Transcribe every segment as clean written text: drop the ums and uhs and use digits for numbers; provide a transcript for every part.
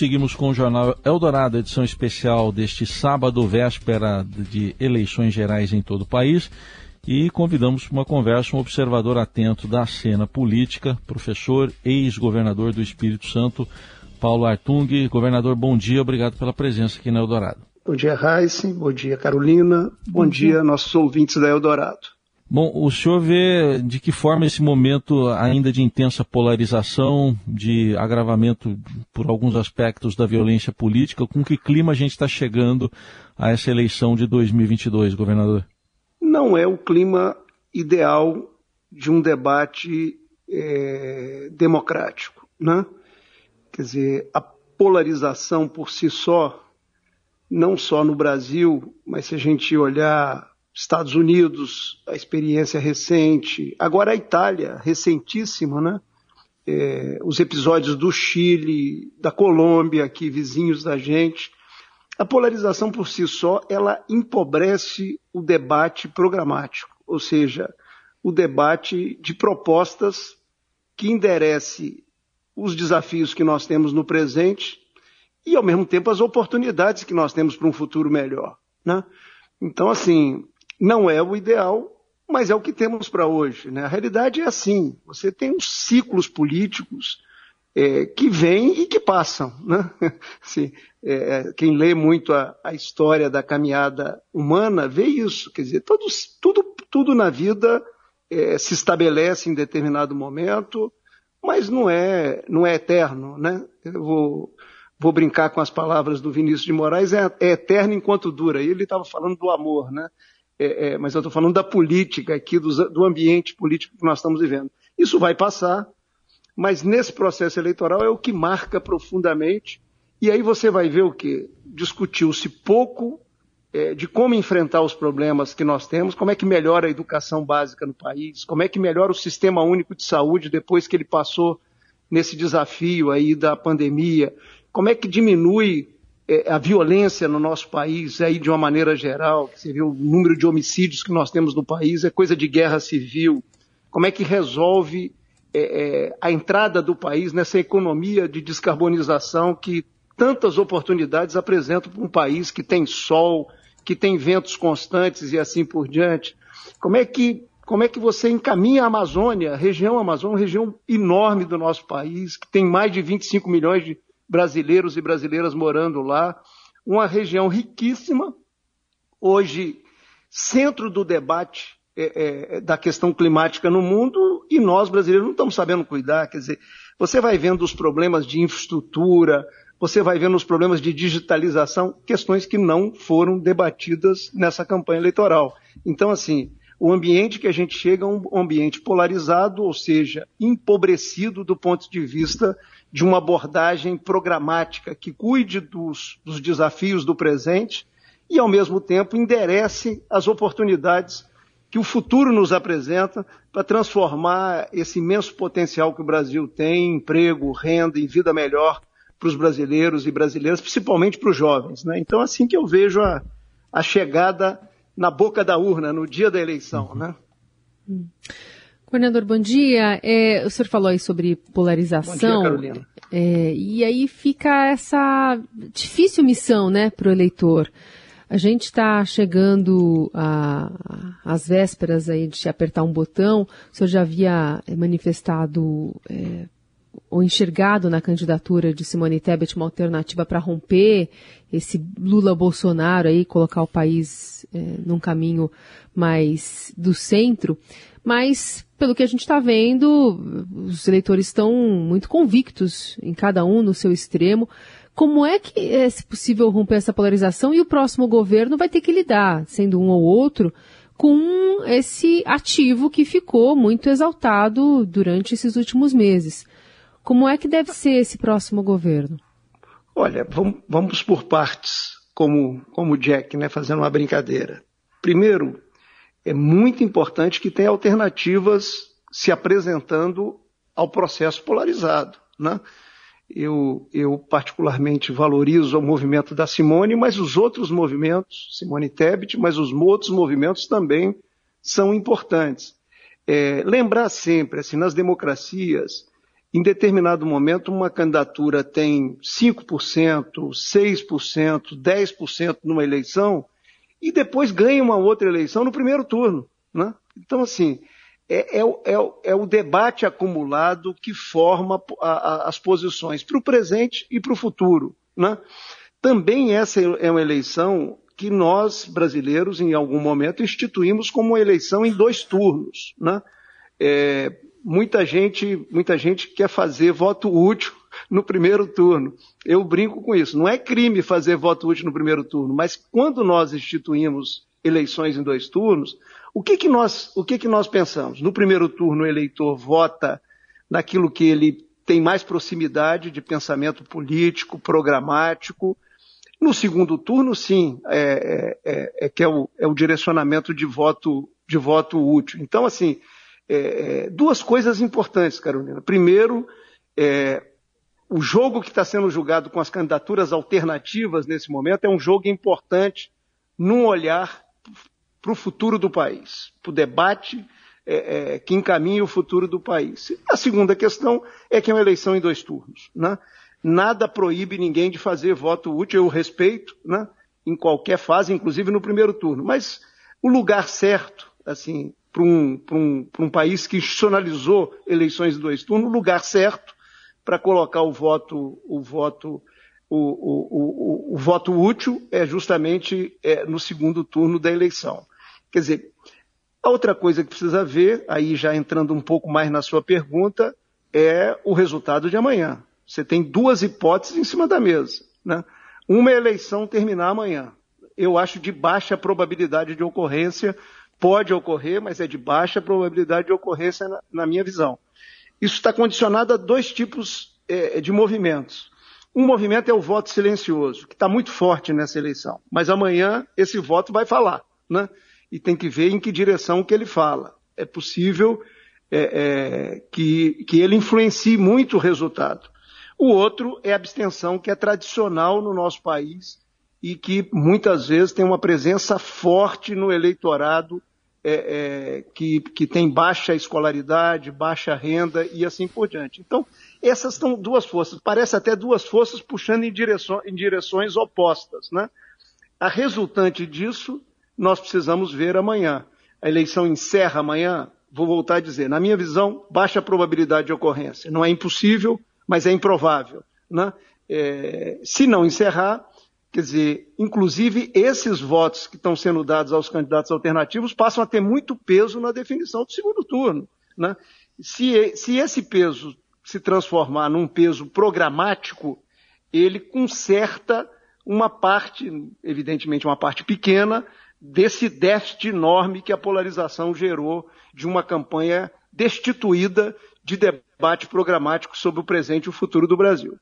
seguimos com o Jornal Eldorado, edição especial deste sábado, véspera de eleições gerais em todo o país. E convidamos para uma conversa um observador atento da cena política, professor, ex-governador do Espírito Santo, Paulo Artung. Governador, bom dia, obrigado pela presença aqui na Eldorado. Bom dia, Raíssa, bom dia, Carolina, bom dia, nossos ouvintes da Eldorado. Bom, o senhor vê de que forma esse momento ainda de intensa polarização, de agravamento por alguns aspectos da violência política, com que clima a gente está chegando a essa eleição de 2022, governador? Não é o clima ideal de um debate democrático, né? Quer dizer, a polarização por si só, não só no Brasil, mas se a gente olhar Estados Unidos, a experiência recente, agora a Itália, recentíssima, né? Os episódios do Chile, da Colômbia, aqui vizinhos da gente. A polarização por si só, ela empobrece o debate programático, ou seja, o debate de propostas que enderece os desafios que nós temos no presente e, ao mesmo tempo, as oportunidades que nós temos para um futuro melhor, né? Então, assim, não é o ideal, mas é o que temos para hoje, né? A realidade é assim, você tem uns ciclos políticos que vêm e que passam, né? Assim, quem lê muito a história da caminhada humana vê isso, quer dizer, tudo na vida se estabelece em determinado momento, mas não é eterno, né? Eu vou brincar com as palavras do Vinícius de Moraes, é eterno enquanto dura. E ele estava falando do amor, né? Mas eu estou falando da política aqui, do ambiente político que nós estamos vivendo. Isso vai passar, mas nesse processo eleitoral é o que marca profundamente. E aí você vai ver o quê? Discutiu-se pouco de como enfrentar os problemas que nós temos, como é que melhora a educação básica no país, como é que melhora o sistema único de saúde depois que ele passou nesse desafio aí da pandemia, como é que diminui a violência no nosso país aí de uma maneira geral. Você vê o número de homicídios que nós temos no país, é coisa de guerra civil. Como é que resolve a entrada do país nessa economia de descarbonização que tantas oportunidades apresentam para um país que tem sol, que tem ventos constantes e assim por diante. Como é que você encaminha a Amazônia, região Amazônia, uma região enorme do nosso país, que tem mais de 25 milhões de brasileiros e brasileiras morando lá, uma região riquíssima, hoje centro do debate da questão climática no mundo, e nós brasileiros não estamos sabendo cuidar. Quer dizer, você vai vendo os problemas de infraestrutura, você vai vendo os problemas de digitalização, questões que não foram debatidas nessa campanha eleitoral. Então, assim, o ambiente que a gente chega é um ambiente polarizado, ou seja, empobrecido do ponto de vista de uma abordagem programática que cuide dos desafios do presente e, ao mesmo tempo, enderece as oportunidades que o futuro nos apresenta para transformar esse imenso potencial que o Brasil tem em emprego, renda e vida melhor para os brasileiros e brasileiras, principalmente para os jovens, né? Então, assim que eu vejo a chegada na boca da urna, no dia da eleição, né? Governador, bom dia. O senhor falou aí sobre polarização. Bom dia, Carolina. E aí fica essa difícil missão, né, para o eleitor. A gente está chegando às vésperas aí de apertar um botão. O senhor já havia manifestado ou enxergado na candidatura de Simone Tebet uma alternativa para romper esse Lula-Bolsonaro aí, colocar o país num caminho mais do centro. Mas, pelo que a gente está vendo, os eleitores estão muito convictos em cada um no seu extremo. Como é que é possível romper essa polarização e o próximo governo vai ter que lidar, sendo um ou outro, com esse ativo que ficou muito exaltado durante esses últimos meses? Como é que deve ser esse próximo governo? Olha, vamos por partes, como o Jack, né, fazendo uma brincadeira. Primeiro, é muito importante que tenha alternativas se apresentando ao processo polarizado, né? Eu particularmente valorizo o movimento da Simone, mas os outros movimentos, Simone Tebet, mas os outros movimentos também são importantes. Lembrar sempre, assim, nas democracias, em determinado momento uma candidatura tem 5%, 6%, 10% numa eleição e depois ganha uma outra eleição no primeiro turno, né? Então, assim, é o debate acumulado que forma as posições para o presente e para o futuro, né? Também essa é uma eleição que nós, brasileiros, em algum momento, instituímos como uma eleição em 2 turnos, né? Muita gente quer fazer voto útil no primeiro turno. Eu brinco com isso. Não é crime fazer voto útil no primeiro turno, mas quando nós instituímos eleições em 2 turnos, o que nós pensamos? No primeiro turno, o eleitor vota naquilo que ele tem mais proximidade de pensamento político, programático. No segundo turno, sim, que é o direcionamento de voto útil. Então, assim, 2 coisas importantes, Carolina. Primeiro, o jogo que está sendo julgado com as candidaturas alternativas nesse momento é um jogo importante num olhar para o futuro do país, para o debate que encaminha o futuro do país. A segunda questão é que é uma eleição em 2 turnos, né? Nada proíbe ninguém de fazer voto útil, eu respeito, né? Em qualquer fase, inclusive no primeiro turno. Mas o lugar certo, assim, para um país que institucionalizou eleições em 2 turnos, o lugar certo para colocar o voto útil é justamente no segundo turno da eleição. Quer dizer, a outra coisa que precisa ver, aí já entrando um pouco mais na sua pergunta, é o resultado de amanhã. Você tem 2 hipóteses em cima da mesa, né? Uma é a eleição terminar amanhã. Eu acho de baixa probabilidade de ocorrência, pode ocorrer, mas é de baixa probabilidade de ocorrência na minha visão. Isso está condicionado a 2 tipos de movimentos. Um movimento é o voto silencioso, que está muito forte nessa eleição, mas amanhã esse voto vai falar, né? E tem que ver em que direção que ele fala. É possível que ele influencie muito o resultado. O outro é a abstenção, que é tradicional no nosso país e que muitas vezes tem uma presença forte no eleitorado que tem baixa escolaridade, baixa renda e assim por diante. Então, essas são 2 forças, parece até 2 forças puxando em direções opostas, né? A resultante disso, nós precisamos ver amanhã. A eleição encerra amanhã, vou voltar a dizer, na minha visão, baixa probabilidade de ocorrência. Não é impossível, mas é improvável, né? Se não encerrar, quer dizer, inclusive esses votos que estão sendo dados aos candidatos alternativos passam a ter muito peso na definição do segundo turno, né? Se esse peso se transformar num peso programático, ele conserta uma parte, evidentemente uma parte pequena, desse déficit enorme que a polarização gerou de uma campanha destituída de debate programático sobre o presente e o futuro do Brasil.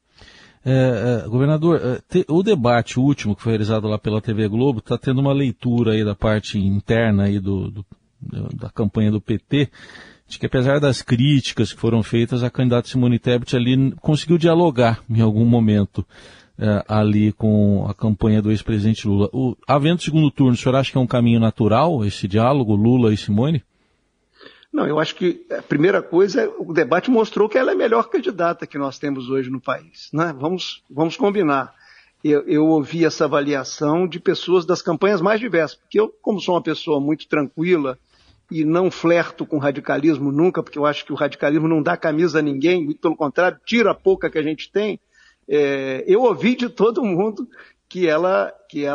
Governador, o debate último que foi realizado lá pela TV Globo está tendo uma leitura aí da parte interna aí da campanha do PT, de que apesar das críticas que foram feitas, a candidata Simone Tebet ali conseguiu dialogar em algum momento ali com a campanha do ex-presidente Lula. Havendo segundo turno, o senhor acha que é um caminho natural esse diálogo, Lula e Simone? Não, eu acho que a primeira coisa, o debate mostrou que ela é a melhor candidata que nós temos hoje no país, né? Vamos combinar. Eu ouvi essa avaliação de pessoas das campanhas mais diversas, porque eu, como sou uma pessoa muito tranquila e não flerto com radicalismo nunca, porque eu acho que o radicalismo não dá camisa a ninguém, muito pelo contrário, tira a pouca que a gente tem, eu ouvi de todo mundo que ela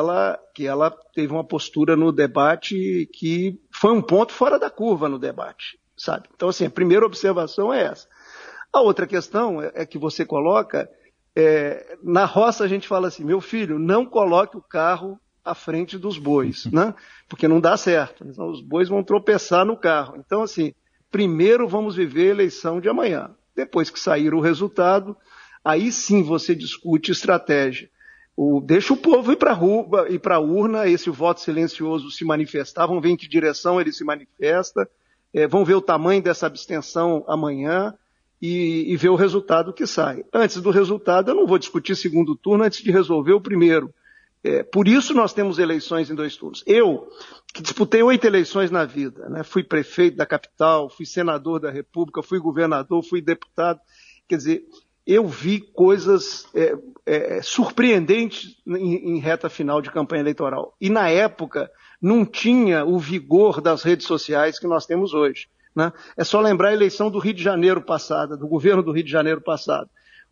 teve uma postura no debate que foi um ponto fora da curva no debate, sabe? Então, assim, a primeira observação é essa. A outra questão é que você coloca, na roça a gente fala assim, meu filho, não coloque o carro à frente dos bois, né? Porque não dá certo, então, os bois vão tropeçar no carro. Então, assim, primeiro vamos viver a eleição de amanhã. Depois que sair o resultado, aí sim você discute estratégia. Deixa o povo ir para a urna, esse voto silencioso se manifestar, vamos ver em que direção ele se manifesta, vamos ver o tamanho dessa abstenção amanhã e ver o resultado que sai. Antes do resultado, eu não vou discutir segundo turno antes de resolver o primeiro. Por isso nós temos eleições em 2 turnos. Eu, que disputei 8 eleições na vida, né? Fui prefeito da capital, fui senador da República, fui governador, fui deputado. Quer dizer, eu vi coisas surpreendentes em reta final de campanha eleitoral. E na época não tinha o vigor das redes sociais que nós temos hoje, né? É só lembrar a eleição do Rio de Janeiro passada, do governo do Rio de Janeiro passado.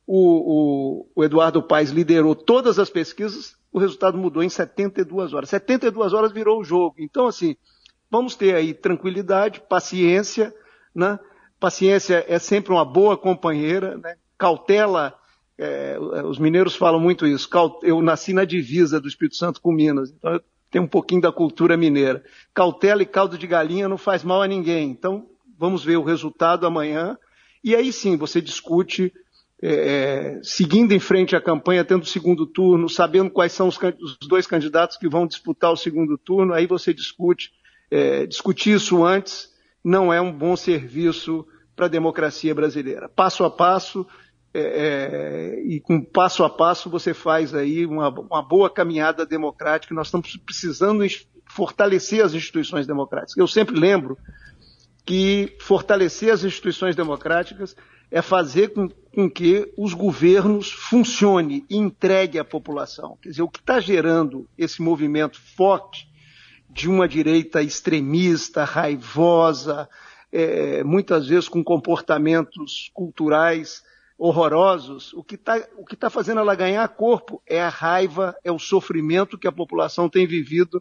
O Eduardo Paes liderou todas as pesquisas, o resultado mudou em 72 horas. 72 horas virou o jogo. Então, assim, vamos ter aí tranquilidade, paciência, né? Paciência é sempre uma boa companheira, né? Cautela, os mineiros falam muito isso. Eu nasci na divisa do Espírito Santo com Minas, então eu tenho um pouquinho da cultura mineira. Cautela e caldo de galinha não faz mal a ninguém. Então, vamos ver o resultado amanhã. E aí sim, você discute, seguindo em frente a campanha, tendo o segundo turno, sabendo quais são os 2 candidatos que vão disputar o segundo turno, aí você discute. Discutir isso antes não é um bom serviço para a democracia brasileira. Passo a passo, e com passo a passo você faz aí uma boa caminhada democrática. Nós estamos precisando fortalecer as instituições democráticas. Eu sempre lembro que fortalecer as instituições democráticas é fazer com que os governos funcionem e entreguem à população. Quer dizer, o que está gerando esse movimento forte de uma direita extremista, raivosa, muitas vezes com comportamentos culturais horrorosos, o que tá fazendo ela ganhar corpo é a raiva, é o sofrimento que a população tem vivido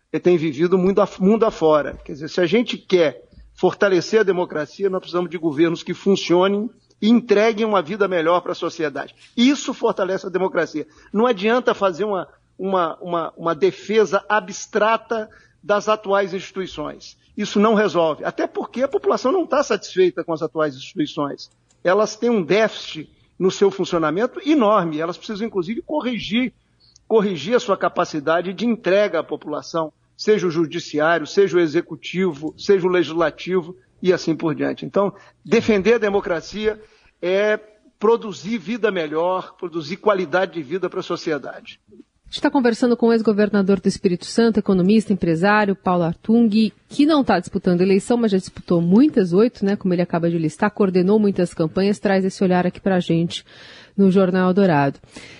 mundo afora. Quer dizer, se a gente quer fortalecer a democracia, nós precisamos de governos que funcionem e entreguem uma vida melhor para a sociedade. Isso fortalece a democracia. Não adianta fazer uma defesa abstrata das atuais instituições. Isso não resolve, até porque a população não está satisfeita com as atuais instituições. Elas têm um déficit no seu funcionamento enorme, elas precisam, inclusive, corrigir a sua capacidade de entrega à população, seja o judiciário, seja o executivo, seja o legislativo e assim por diante. Então, defender a democracia é produzir vida melhor, produzir qualidade de vida para a sociedade. A gente está conversando com o ex-governador do Espírito Santo, economista, empresário, Paulo Artung, que não está disputando eleição, mas já disputou muitas, 8, né, como ele acaba de listar, coordenou muitas campanhas, traz esse olhar aqui para a gente no Jornal Dourado.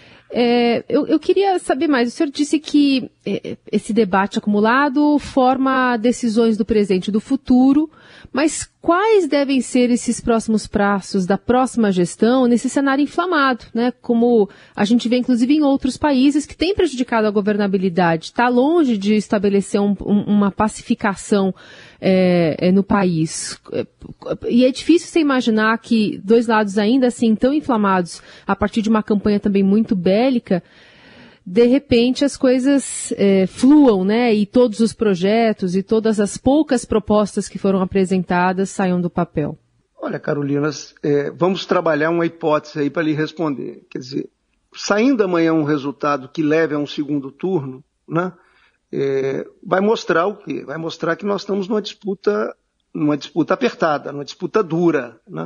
Eu queria saber mais. O senhor disse que esse debate acumulado forma decisões do presente e do futuro, mas quais devem ser esses próximos passos da próxima gestão nesse cenário inflamado, né? Como a gente vê, inclusive, em outros países que têm prejudicado a governabilidade. Está longe de estabelecer uma pacificação no país. E é difícil você imaginar que 2 lados ainda assim tão inflamados, a partir de uma campanha também muito bélica, de repente as coisas fluam, né? E todos os projetos e todas as poucas propostas que foram apresentadas saiam do papel. Olha, Carolina, vamos trabalhar uma hipótese aí para lhe responder. Quer dizer, saindo amanhã um resultado que leve a um segundo turno, né? Vai mostrar o quê? Vai mostrar que nós estamos numa disputa apertada, numa disputa dura, né?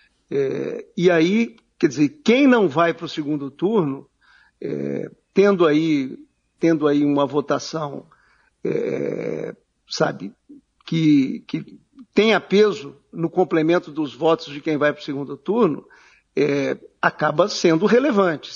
E aí, quer dizer, quem não vai para o segundo turno, tendo aí uma votação, que tenha peso no complemento dos votos de quem vai para o segundo turno, acaba sendo relevante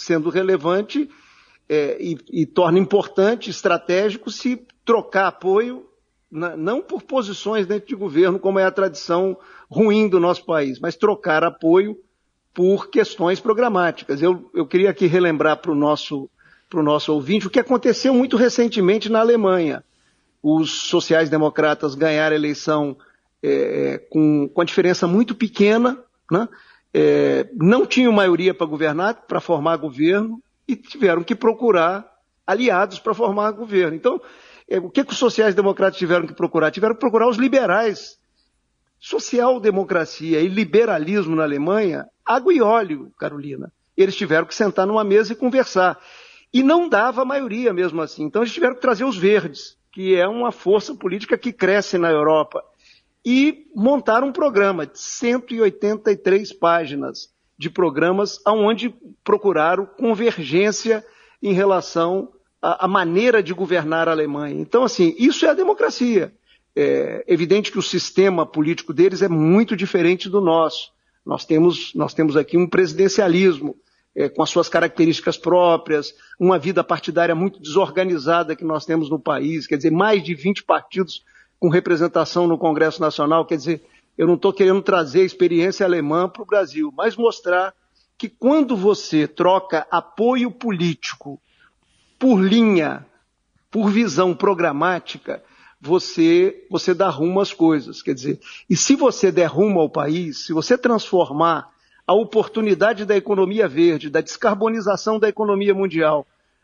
e torna importante, estratégico, se trocar apoio, não por posições dentro de governo, como é a tradição ruim do nosso país, mas trocar apoio por questões programáticas. Eu queria aqui relembrar para o nosso ouvinte o que aconteceu muito recentemente na Alemanha. Os sociais-democratas ganharam a eleição com a diferença muito pequena, né? Não tinham maioria para governar, para formar governo, e tiveram que procurar aliados para formar governo. Então, o que os sociais-democratas tiveram que procurar? Tiveram que procurar os liberais. Social-democracia e liberalismo na Alemanha, água e óleo, Carolina. Eles tiveram que sentar numa mesa e conversar. E não dava maioria mesmo assim. Então eles tiveram que trazer os verdes, que é uma força política que cresce na Europa. E montaram um programa de 183 páginas de programas onde procuraram convergência em relação a maneira de governar a Alemanha. Então, assim, isso é a democracia. É evidente que o sistema político deles é muito diferente do nosso. Nós temos aqui um presidencialismo com as suas características próprias, uma vida partidária muito desorganizada que nós temos no país, quer dizer, mais de 20 partidos com representação no Congresso Nacional. Quer dizer, eu não estou querendo trazer a experiência alemã para o Brasil, mas mostrar que quando você troca apoio político por linha, por visão programática, você dá rumo às coisas. Quer dizer, e se você der rumo ao país, se você transformar a oportunidade da economia verde, da descarbonização da economia mundial,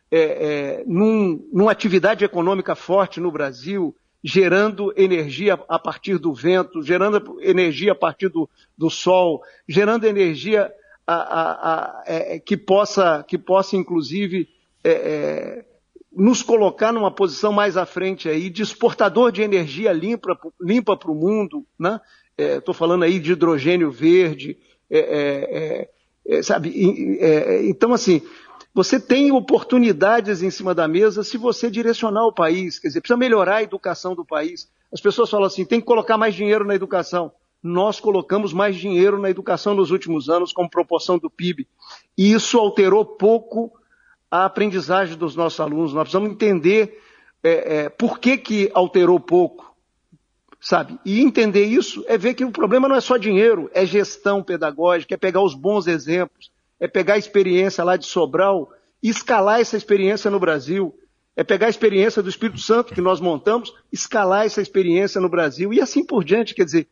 numa atividade econômica forte no Brasil, gerando energia a partir do vento, gerando energia a partir do sol, gerando energia que possa inclusive, nos colocar numa posição mais à frente aí, de exportador de energia limpa para o mundo, né? Estou falando aí de hidrogênio verde, sabe? Então, assim, você tem oportunidades em cima da mesa se você direcionar o país. Quer dizer, precisa melhorar a educação do país. As pessoas falam assim, tem que colocar mais dinheiro na educação. Nós colocamos mais dinheiro na educação nos últimos anos, como proporção do PIB. E isso alterou pouco a aprendizagem dos nossos alunos. Nós precisamos entender por que alterou pouco, sabe? E entender isso é ver que o problema não é só dinheiro, é gestão pedagógica, é pegar os bons exemplos, é pegar a experiência lá de Sobral e escalar essa experiência no Brasil, é pegar a experiência do Espírito Santo que nós montamos, escalar essa experiência no Brasil e assim por diante. Quer dizer,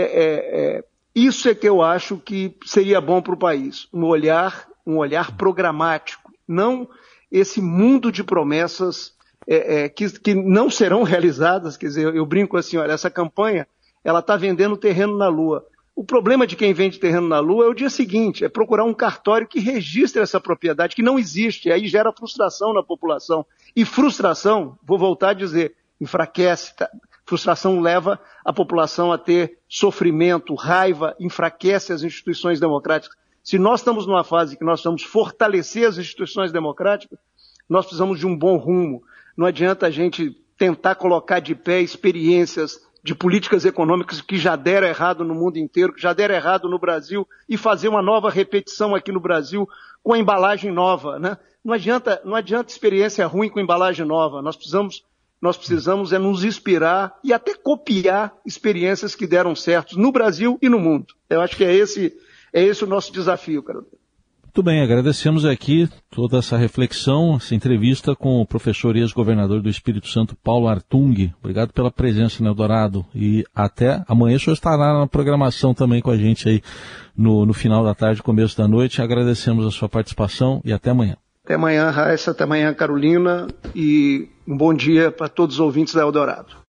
isso é que eu acho que seria bom para o país, um olhar programático, não esse mundo de promessas que não serão realizadas. Quer dizer, eu brinco assim, olha, essa campanha, ela está vendendo terreno na Lua. O problema de quem vende terreno na Lua é o dia seguinte, é procurar um cartório que registre essa propriedade, que não existe, aí gera frustração na população. E frustração, vou voltar a dizer, enfraquece, tá? Frustração leva a população a ter sofrimento, raiva, enfraquece as instituições democráticas. Se nós estamos numa fase que nós precisamos fortalecer as instituições democráticas, nós precisamos de um bom rumo. Não adianta a gente tentar colocar de pé experiências de políticas econômicas que já deram errado no mundo inteiro, que já deram errado no Brasil, e fazer uma nova repetição aqui no Brasil com a embalagem nova, né? Não adianta experiência ruim com embalagem nova. Nós precisamos nos inspirar e até copiar experiências que deram certo no Brasil e no mundo. Eu acho que é esse o nosso desafio, Carolina. Muito bem, agradecemos aqui toda essa reflexão, essa entrevista com o professor e ex-governador do Espírito Santo, Paulo Artung. Obrigado pela presença no Eldorado e até amanhã. O senhor estará na programação também com a gente aí no final da tarde, começo da noite. Agradecemos a sua participação e até amanhã. Até amanhã, Raíssa, até amanhã, Carolina, e um bom dia para todos os ouvintes da Eldorado.